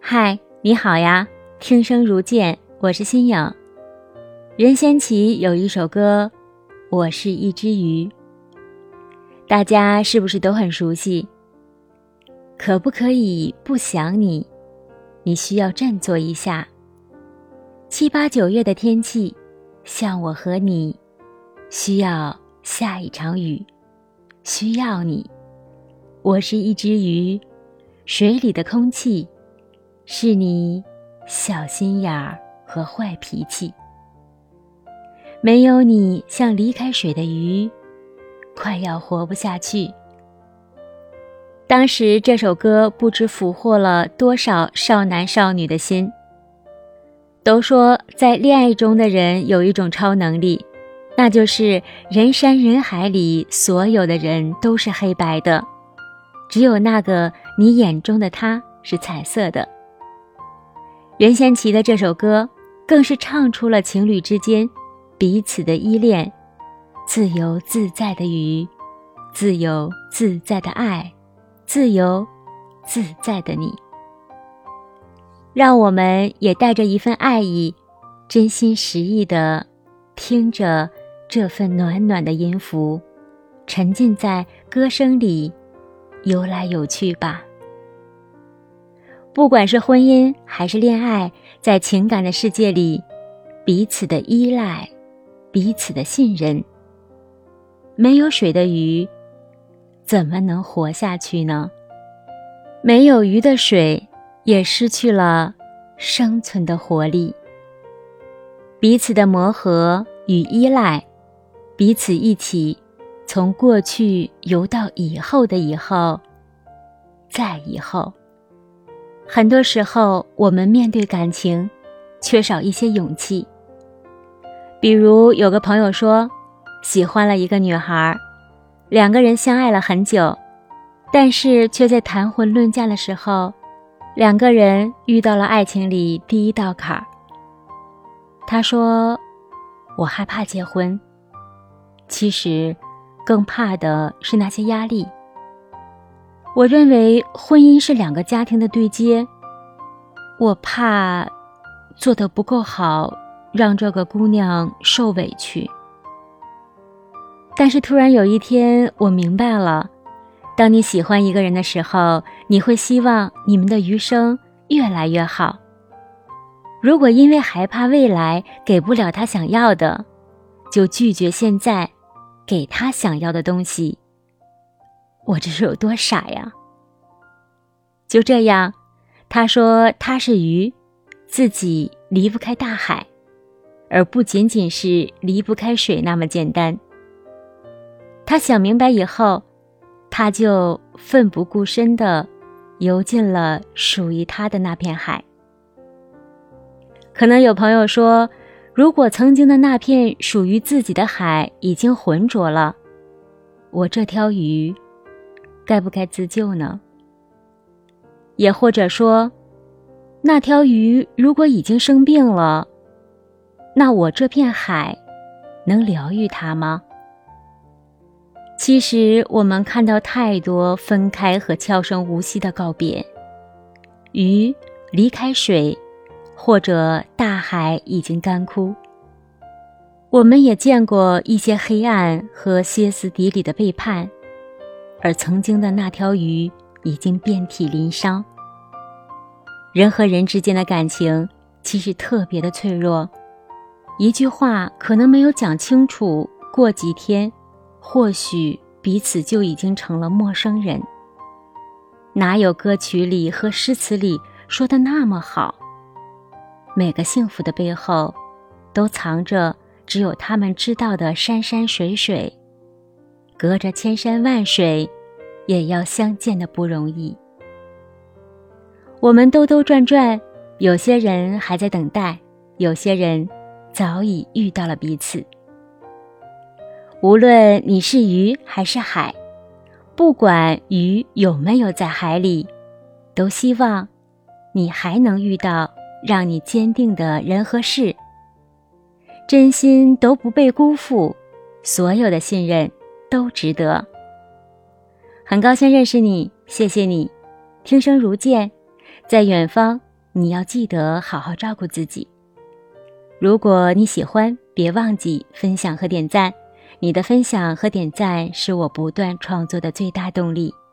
嗨，你好呀，听声如见，我是新颖。任贤齐有一首歌《我是一只鱼》，大家是不是都很熟悉？可不可以不想你？你需要振作一下。7、8、9月的天气，像我和你，需要下一场雨，需要你。我是一只鱼，水里的空气是你小心眼儿和坏脾气。没有你，像离开水的鱼，快要活不下去。当时这首歌不知俘获了多少少男少女的心。都说在恋爱中的人有一种超能力，那就是人山人海里所有的人都是黑白的，只有那个你眼中的他是彩色的。任贤齐的这首歌更是唱出了情侣之间彼此的依恋，自由自在的鱼，自由自在的爱，自由自在的你。让我们也带着一份爱意，真心实意地听着这份暖暖的音符，沉浸在歌声里游来游去吧。不管是婚姻还是恋爱，在情感的世界里，彼此的依赖，彼此的信任。没有水的鱼，怎么能活下去呢？没有鱼的水，也失去了生存的活力。彼此的磨合与依赖，彼此一起从过去游到以后的以后，再以后。很多时候，我们面对感情，缺少一些勇气。比如有个朋友说，喜欢了一个女孩，2个人相爱了很久，但是却在谈婚论嫁的时候，2个人遇到了爱情里第一道坎儿。他说，我害怕结婚，其实更怕的是那些压力。我认为婚姻是2个家庭的对接，我怕做得不够好，让这个姑娘受委屈。但是突然有一天我明白了，当你喜欢一个人的时候，你会希望你们的余生越来越好。如果因为害怕未来给不了他想要的，就拒绝现在给他想要的东西，我这是有多傻呀。就这样，他说他是鱼，自己离不开大海，而不仅仅是离不开水那么简单。他想明白以后，他就奋不顾身地游进了属于他的那片海。可能有朋友说，如果曾经的那片属于自己的海已经浑浊了，我这条鱼该不该自救呢？也或者说，那条鱼如果已经生病了，那我这片海能疗愈它吗？其实我们看到太多分开和悄声无息的告别，鱼离开水，或者大海已经干枯。我们也见过一些黑暗和歇斯底里的背叛，而曾经的那条鱼已经遍体鳞伤。人和人之间的感情其实特别的脆弱，一句话可能没有讲清楚，过几天或许彼此就已经成了陌生人。哪有歌曲里和诗词里说的那么好？每个幸福的背后都藏着只有他们知道的山山水水，隔着千山万水也要相见的不容易。我们兜兜转转，有些人还在等待，有些人早已遇到了彼此。无论你是鱼还是海，不管鱼有没有在海里，都希望你还能遇到让你坚定的人和事。真心都不被辜负，所有的信任都值得。很高兴认识你，谢谢你。听声如见，在远方你要记得好好照顾自己。如果你喜欢，别忘记分享和点赞，你的分享和点赞是我不断创作的最大动力。